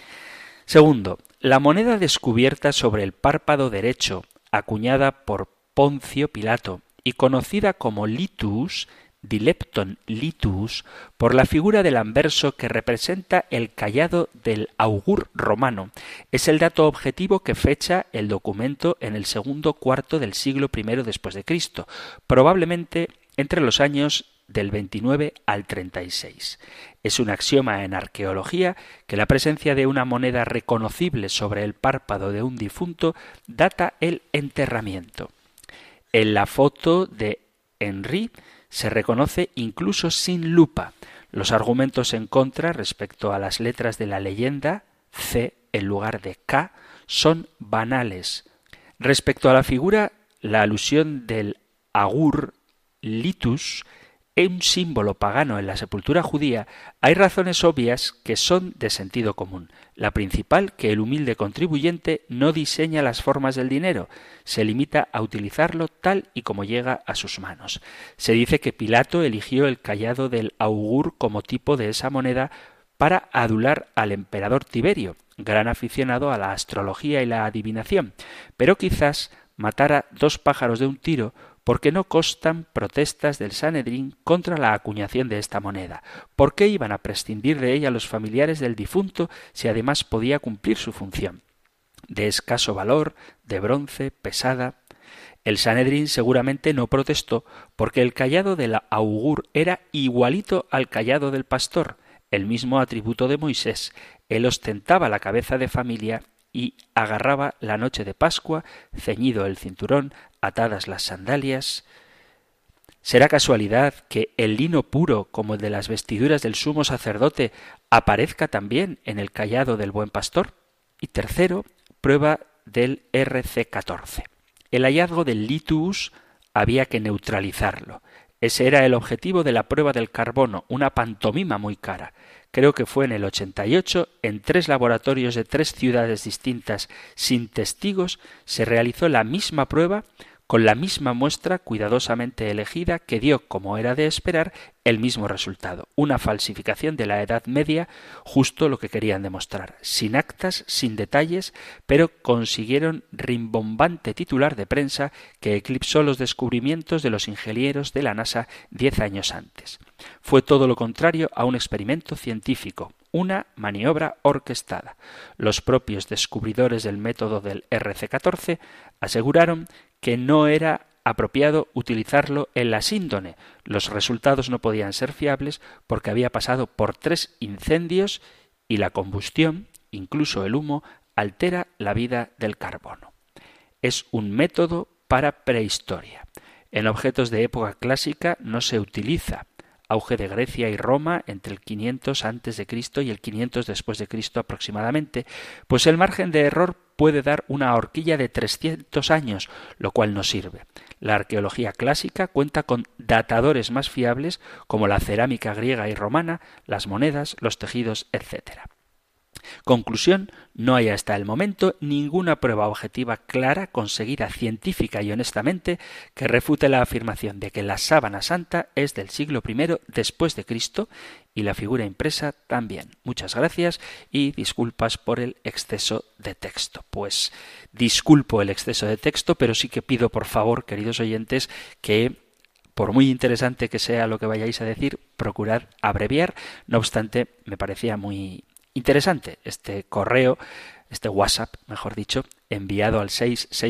Segundo, la moneda descubierta sobre el párpado derecho, acuñada por Poncio Pilato y conocida como litus, dilepton litus, por la figura del anverso que representa el cayado del augur romano, es el dato objetivo que fecha el documento en el segundo cuarto del siglo I después de Cristo, probablemente entre los años del 29 al 36. Es un axioma en arqueología que la presencia de una moneda reconocible sobre el párpado de un difunto data el enterramiento. En la foto de Henry se reconoce incluso sin lupa. Los argumentos en contra respecto a las letras de la leyenda, C en lugar de K, son banales. Respecto a la figura, la alusión del augur litus, un símbolo pagano en la sepultura judía, hay razones obvias que son de sentido común. La principal, que el humilde contribuyente no diseña las formas del dinero, se limita a utilizarlo tal y como llega a sus manos. Se dice que Pilato eligió el cayado del augur como tipo de esa moneda para adular al emperador Tiberio, gran aficionado a la astrología y la adivinación, pero quizás matara dos pájaros de un tiro porque no constan protestas del Sanedrín contra la acuñación de esta moneda. ¿Por qué iban a prescindir de ella los familiares del difunto si además podía cumplir su función? De escaso valor, de bronce, pesada. El Sanedrín seguramente no protestó porque el cayado del augur era igualito al cayado del pastor, el mismo atributo de Moisés. Él ostentaba la cabeza de familia y agarraba la noche de Pascua, ceñido el cinturón, atadas las sandalias. ¿Será casualidad que el lino puro, como el de las vestiduras del sumo sacerdote, aparezca también en el cayado del buen pastor? Y tercero, prueba del RC14. El hallazgo del litus había que neutralizarlo. Ese era el objetivo de la prueba del carbono, una pantomima muy cara. Creo que fue en el 88, en 3 laboratorios de 3 ciudades distintas, sin testigos, se realizó la misma prueba con la misma muestra cuidadosamente elegida que dio, como era de esperar, el mismo resultado. Una falsificación de la Edad Media, justo lo que querían demostrar. Sin actas, sin detalles, pero consiguieron rimbombante titular de prensa que eclipsó los descubrimientos de los ingenieros de la NASA 10 años antes. Fue todo lo contrario a un experimento científico, una maniobra orquestada. Los propios descubridores del método del RC14 aseguraron que no era apropiado utilizarlo en la síndone. Los resultados no podían ser fiables porque había pasado por 3 incendios y la combustión, incluso el humo, altera la vida del carbono. Es un método para prehistoria. En objetos de época clásica no se utiliza. Auge de Grecia y Roma entre el 500 a.C. y el 500 después de Cristo aproximadamente, pues el margen de error puede dar una horquilla de 300 años, lo cual no sirve. La arqueología clásica cuenta con datadores más fiables como la cerámica griega y romana, las monedas, los tejidos, etc. Conclusión, no hay hasta el momento ninguna prueba objetiva clara, conseguida científica y honestamente, que refute la afirmación de que la sábana santa es del siglo I después de Cristo y la figura impresa también. Muchas gracias y disculpas por el exceso de texto. Pues disculpo el exceso de texto, pero sí que pido por favor, queridos oyentes, que por muy interesante que sea lo que vayáis a decir, procurad abreviar. No obstante, me parecía muy interesante este correo, este WhatsApp, mejor dicho, enviado al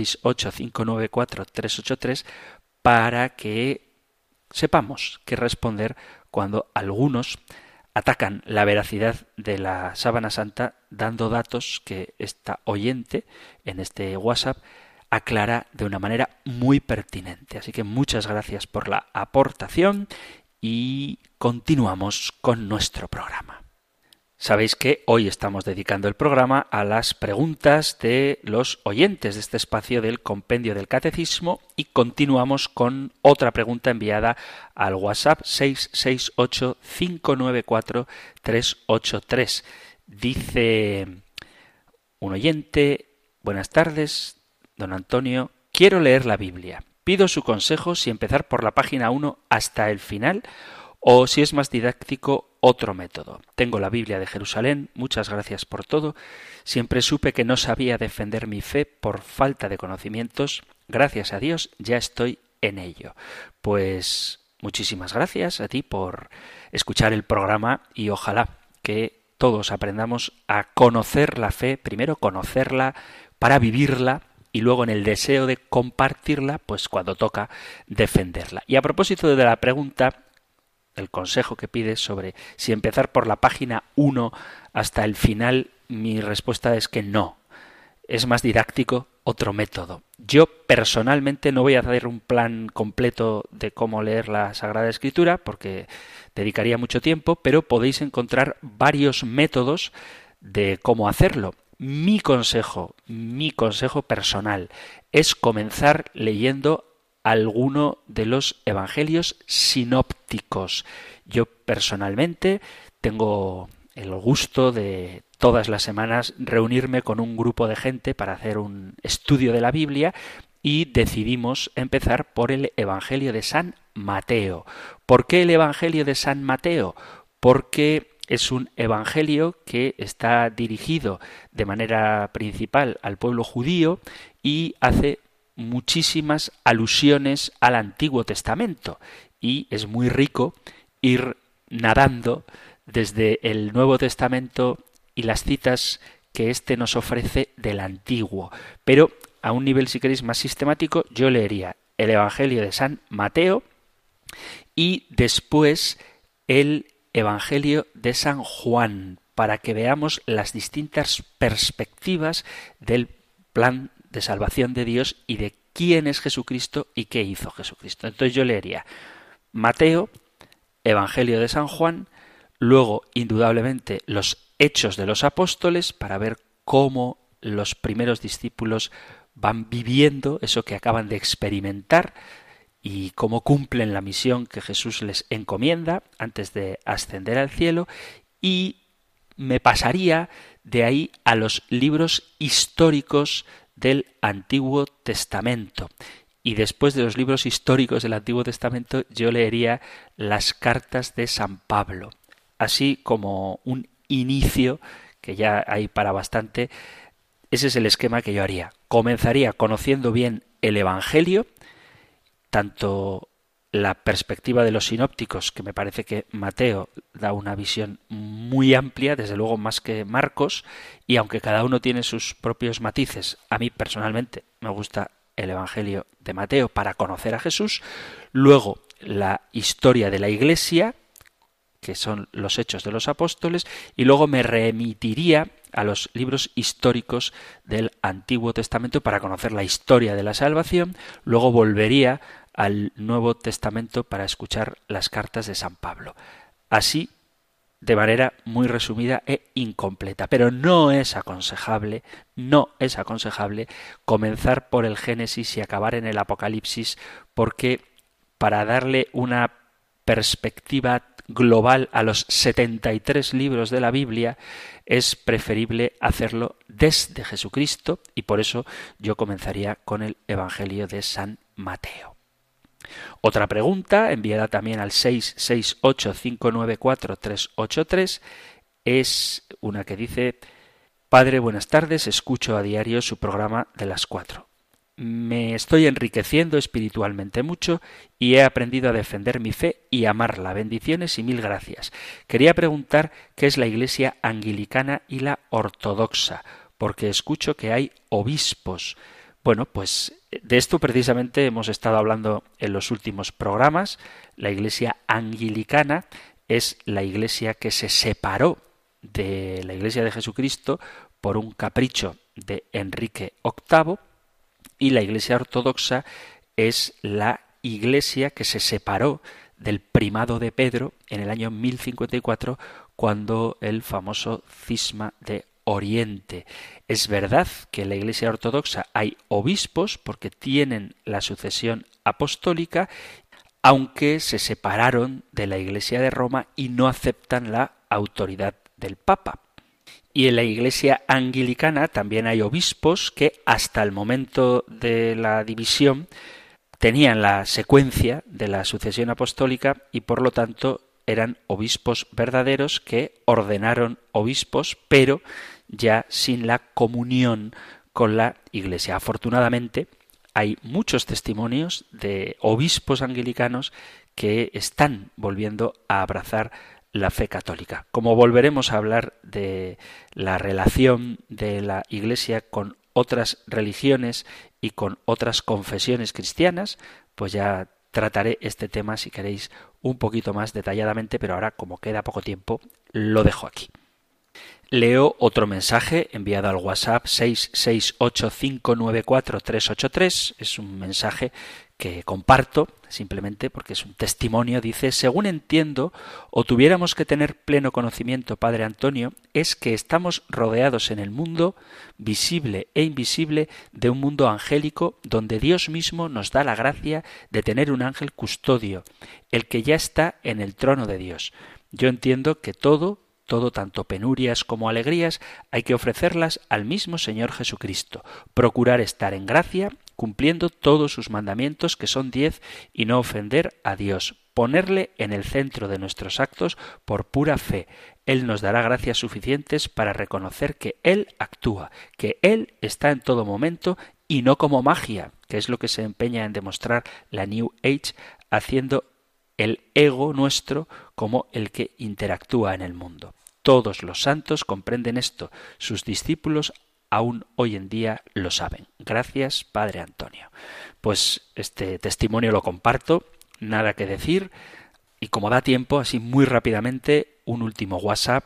668-594-383 para que sepamos qué responder cuando algunos atacan la veracidad de la sábana santa dando datos que esta oyente en este WhatsApp aclara de una manera muy pertinente. Así que muchas gracias por la aportación y continuamos con nuestro programa. Sabéis que hoy estamos dedicando el programa a las preguntas de los oyentes de este espacio del Compendio del Catecismo y continuamos con otra pregunta enviada al WhatsApp 668-594-383. Dice un oyente: buenas tardes, don Antonio, quiero leer la Biblia. Pido su consejo si empezar por la página 1 hasta el final o si es más didáctico otro método. Tengo la Biblia de Jerusalén, muchas gracias por todo. Siempre supe que no sabía defender mi fe por falta de conocimientos. Gracias a Dios ya estoy en ello. Pues muchísimas gracias a ti por escuchar el programa y ojalá que todos aprendamos a conocer la fe, primero conocerla para vivirla y luego en el deseo de compartirla, pues cuando toca defenderla. Y a propósito de la pregunta, el consejo que pides sobre si empezar por la página 1 hasta el final, mi respuesta es que no. Es más didáctico otro método. Yo personalmente no voy a hacer un plan completo de cómo leer la Sagrada Escritura porque dedicaría mucho tiempo, pero podéis encontrar varios métodos de cómo hacerlo. Mi consejo personal es comenzar leyendo alguno de los evangelios sinópticos. Yo personalmente tengo el gusto de todas las semanas reunirme con un grupo de gente para hacer un estudio de la Biblia y decidimos empezar por el Evangelio de San Mateo. ¿Por qué el Evangelio de San Mateo? Porque es un evangelio que está dirigido de manera principal al pueblo judío y hace muchísimas alusiones al Antiguo Testamento y es muy rico ir nadando desde el Nuevo Testamento y las citas que éste nos ofrece del Antiguo. Pero a un nivel, si queréis, más sistemático, yo leería el Evangelio de San Mateo y después el Evangelio de San Juan para que veamos las distintas perspectivas del plan de salvación de Dios y de quién es Jesucristo y qué hizo Jesucristo. Entonces yo leería Mateo, Evangelio de San Juan, luego indudablemente los Hechos de los Apóstoles para ver cómo los primeros discípulos van viviendo eso que acaban de experimentar y cómo cumplen la misión que Jesús les encomienda antes de ascender al cielo, y me pasaría de ahí a los libros históricos del Antiguo Testamento. Y después de los libros históricos del Antiguo Testamento yo leería las cartas de San Pablo. Así como un inicio, que ya hay para bastante, ese es el esquema que yo haría. Comenzaría conociendo bien el Evangelio, tanto la perspectiva de los sinópticos, que me parece que Mateo da una visión muy amplia, desde luego más que Marcos, y aunque cada uno tiene sus propios matices, a mí personalmente me gusta el Evangelio de Mateo para conocer a Jesús. Luego la historia de la Iglesia, que son los Hechos de los Apóstoles, y luego me remitiría a los libros históricos del Antiguo Testamento para conocer la historia de la salvación. Luego volvería al Nuevo Testamento para escuchar las cartas de San Pablo. Así, de manera muy resumida e incompleta. Pero no es aconsejable comenzar por el Génesis y acabar en el Apocalipsis, porque para darle una perspectiva global a los 73 libros de la Biblia, es preferible hacerlo desde Jesucristo, y por eso yo comenzaría con el Evangelio de San Mateo. Otra pregunta, enviada también al 668-594-383, es una que dice: Padre, buenas tardes, escucho a diario su programa de las 4. Me estoy enriqueciendo espiritualmente mucho y he aprendido a defender mi fe y amarla. Bendiciones y mil gracias. Quería preguntar qué es la Iglesia anglicana y la ortodoxa, porque escucho que hay obispos. Bueno, pues de esto precisamente hemos estado hablando en los últimos programas. La Iglesia anglicana es la Iglesia que se separó de la Iglesia de Jesucristo por un capricho de Enrique VIII, y la Iglesia ortodoxa es la Iglesia que se separó del primado de Pedro en el año 1054, cuando el famoso cisma de Oriente. Es verdad que en la Iglesia ortodoxa hay obispos porque tienen la sucesión apostólica, aunque se separaron de la Iglesia de Roma y no aceptan la autoridad del Papa. Y en la Iglesia anglicana también hay obispos que hasta el momento de la división tenían la secuencia de la sucesión apostólica y por lo tanto eran obispos verdaderos que ordenaron obispos, pero ya sin la comunión con la Iglesia. Afortunadamente hay muchos testimonios de obispos anglicanos que están volviendo a abrazar la fe católica. Como volveremos a hablar de la relación de la Iglesia con otras religiones y con otras confesiones cristianas, pues ya trataré este tema, si queréis, un poquito más detalladamente, pero ahora, como queda poco tiempo, lo dejo aquí. Leo otro mensaje enviado al WhatsApp 668-594-383. Es un mensaje que comparto simplemente porque es un testimonio. Dice: según entiendo, o tuviéramos que tener pleno conocimiento, Padre Antonio, es que estamos rodeados en el mundo, visible e invisible, de un mundo angélico donde Dios mismo nos da la gracia de tener un ángel custodio, el que ya está en el trono de Dios. Yo entiendo que todo, tanto penurias como alegrías, hay que ofrecerlas al mismo Señor Jesucristo, procurar estar en gracia, cumpliendo todos sus mandamientos, que son 10, y no ofender a Dios, ponerle en el centro de nuestros actos por pura fe. Él nos dará gracias suficientes para reconocer que Él actúa, que Él está en todo momento y no como magia, que es lo que se empeña en demostrar la New Age, haciendo el ego nuestro como el que interactúa en el mundo. Todos los santos comprenden esto, sus discípulos aún hoy en día lo saben. Gracias, Padre Antonio. Pues este testimonio lo comparto, nada que decir, y como da tiempo, así muy rápidamente, un último WhatsApp,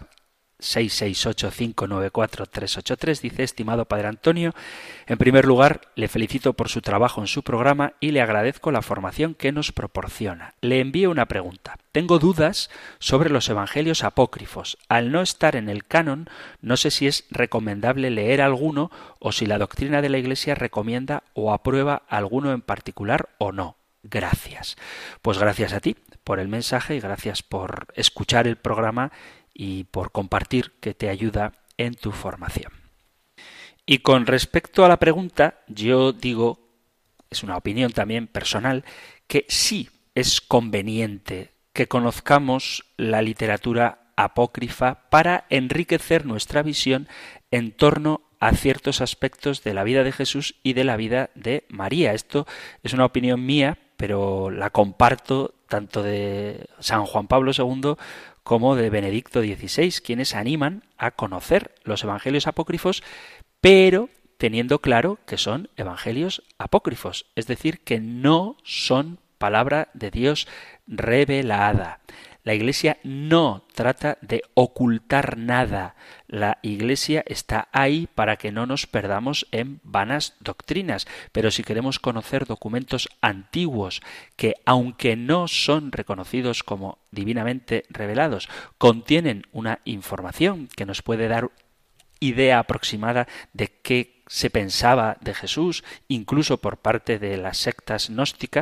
668-594-383, dice: estimado Padre Antonio, en primer lugar le felicito por su trabajo en su programa y le agradezco la formación que nos proporciona. Le envío una pregunta. Tengo dudas sobre los evangelios apócrifos. Al no estar en el canon, no sé si es recomendable leer alguno o si la doctrina de la Iglesia recomienda o aprueba alguno en particular o no. Gracias. Pues gracias a ti por el mensaje y gracias por escuchar el programa y por compartir, que te ayuda en tu formación. Y con respecto a la pregunta, yo digo, es una opinión también personal, que sí es conveniente que conozcamos la literatura apócrifa para enriquecer nuestra visión en torno a ciertos aspectos de la vida de Jesús y de la vida de María. Esto es una opinión mía, pero la comparto tanto de San Juan Pablo II como de Benedicto XVI, quienes animan a conocer los evangelios apócrifos, pero teniendo claro que son evangelios apócrifos, es decir, que no son palabra de Dios revelada. La Iglesia no trata de ocultar nada. La Iglesia está ahí para que no nos perdamos en vanas doctrinas. Pero si queremos conocer documentos antiguos que, aunque no son reconocidos como divinamente revelados, contienen una información que nos puede dar idea aproximada de qué se pensaba de Jesús, incluso por parte de las sectas gnósticas,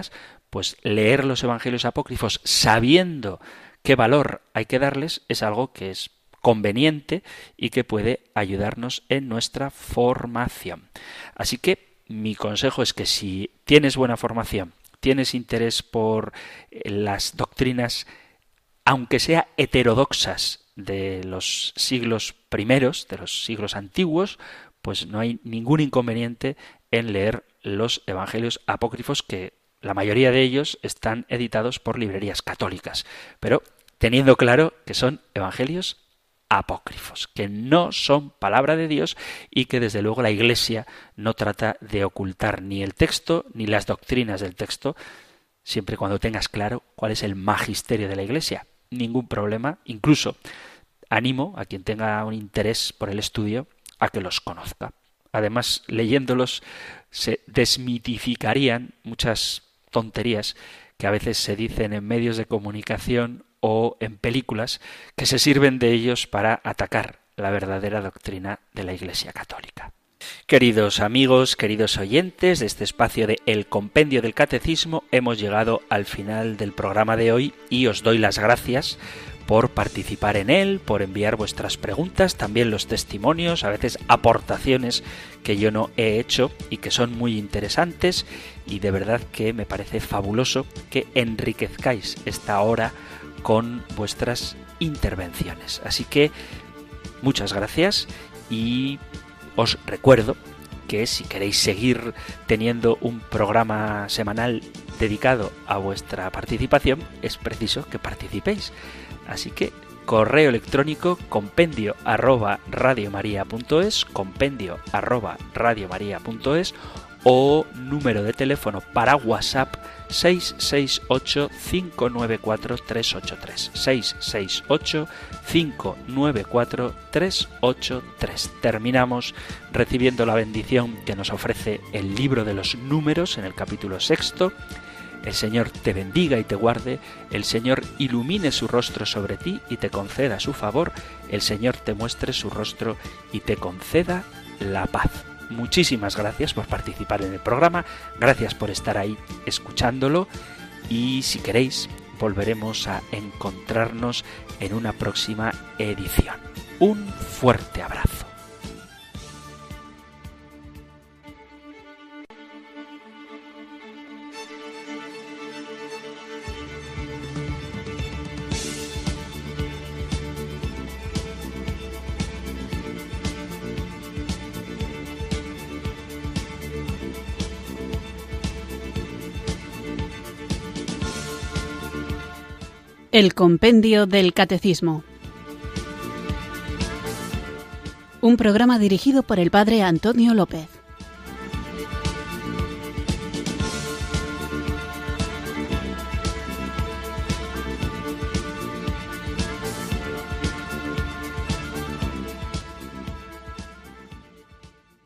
pues leer los evangelios apócrifos sabiendo qué valor hay que darles es algo que es conveniente y que puede ayudarnos en nuestra formación. Así que mi consejo es que si tienes buena formación, tienes interés por las doctrinas, aunque sea heterodoxas, de los siglos primeros, de los siglos antiguos, pues no hay ningún inconveniente en leer los evangelios apócrifos, que la mayoría de ellos están editados por librerías católicas, pero teniendo claro que son evangelios apócrifos, que no son palabra de Dios y que desde luego la Iglesia no trata de ocultar ni el texto ni las doctrinas del texto, siempre y cuando tengas claro cuál es el magisterio de la Iglesia. Ningún problema, incluso animo a quien tenga un interés por el estudio a que los conozca. Además, leyéndolos se desmitificarían muchas tonterías que a veces se dicen en medios de comunicación o en películas que se sirven de ellos para atacar la verdadera doctrina de la Iglesia Católica. Queridos amigos, queridos oyentes de este espacio de El Compendio del Catecismo, hemos llegado al final del programa de hoy y os doy las gracias por participar en él, por enviar vuestras preguntas, también los testimonios, a veces aportaciones que yo no he hecho y que son muy interesantes, y de verdad que me parece fabuloso que enriquezcáis esta hora con vuestras intervenciones. Así que muchas gracias y os recuerdo que si queréis seguir teniendo un programa semanal dedicado a vuestra participación, es preciso que participéis. Así que correo electrónico compendio@radiomaria.es, compendio@radiomaria.es, o número de teléfono para WhatsApp 668-594-383. 668-594-383. Terminamos recibiendo la bendición que nos ofrece el libro de los Números en el capítulo 6. El Señor te bendiga y te guarde, el Señor ilumine su rostro sobre ti y te conceda su favor, el Señor te muestre su rostro y te conceda la paz. Muchísimas gracias por participar en el programa, gracias por estar ahí escuchándolo, y si queréis volveremos a encontrarnos en una próxima edición. Un fuerte abrazo. El Compendio del Catecismo. Un programa dirigido por el Padre Antonio López.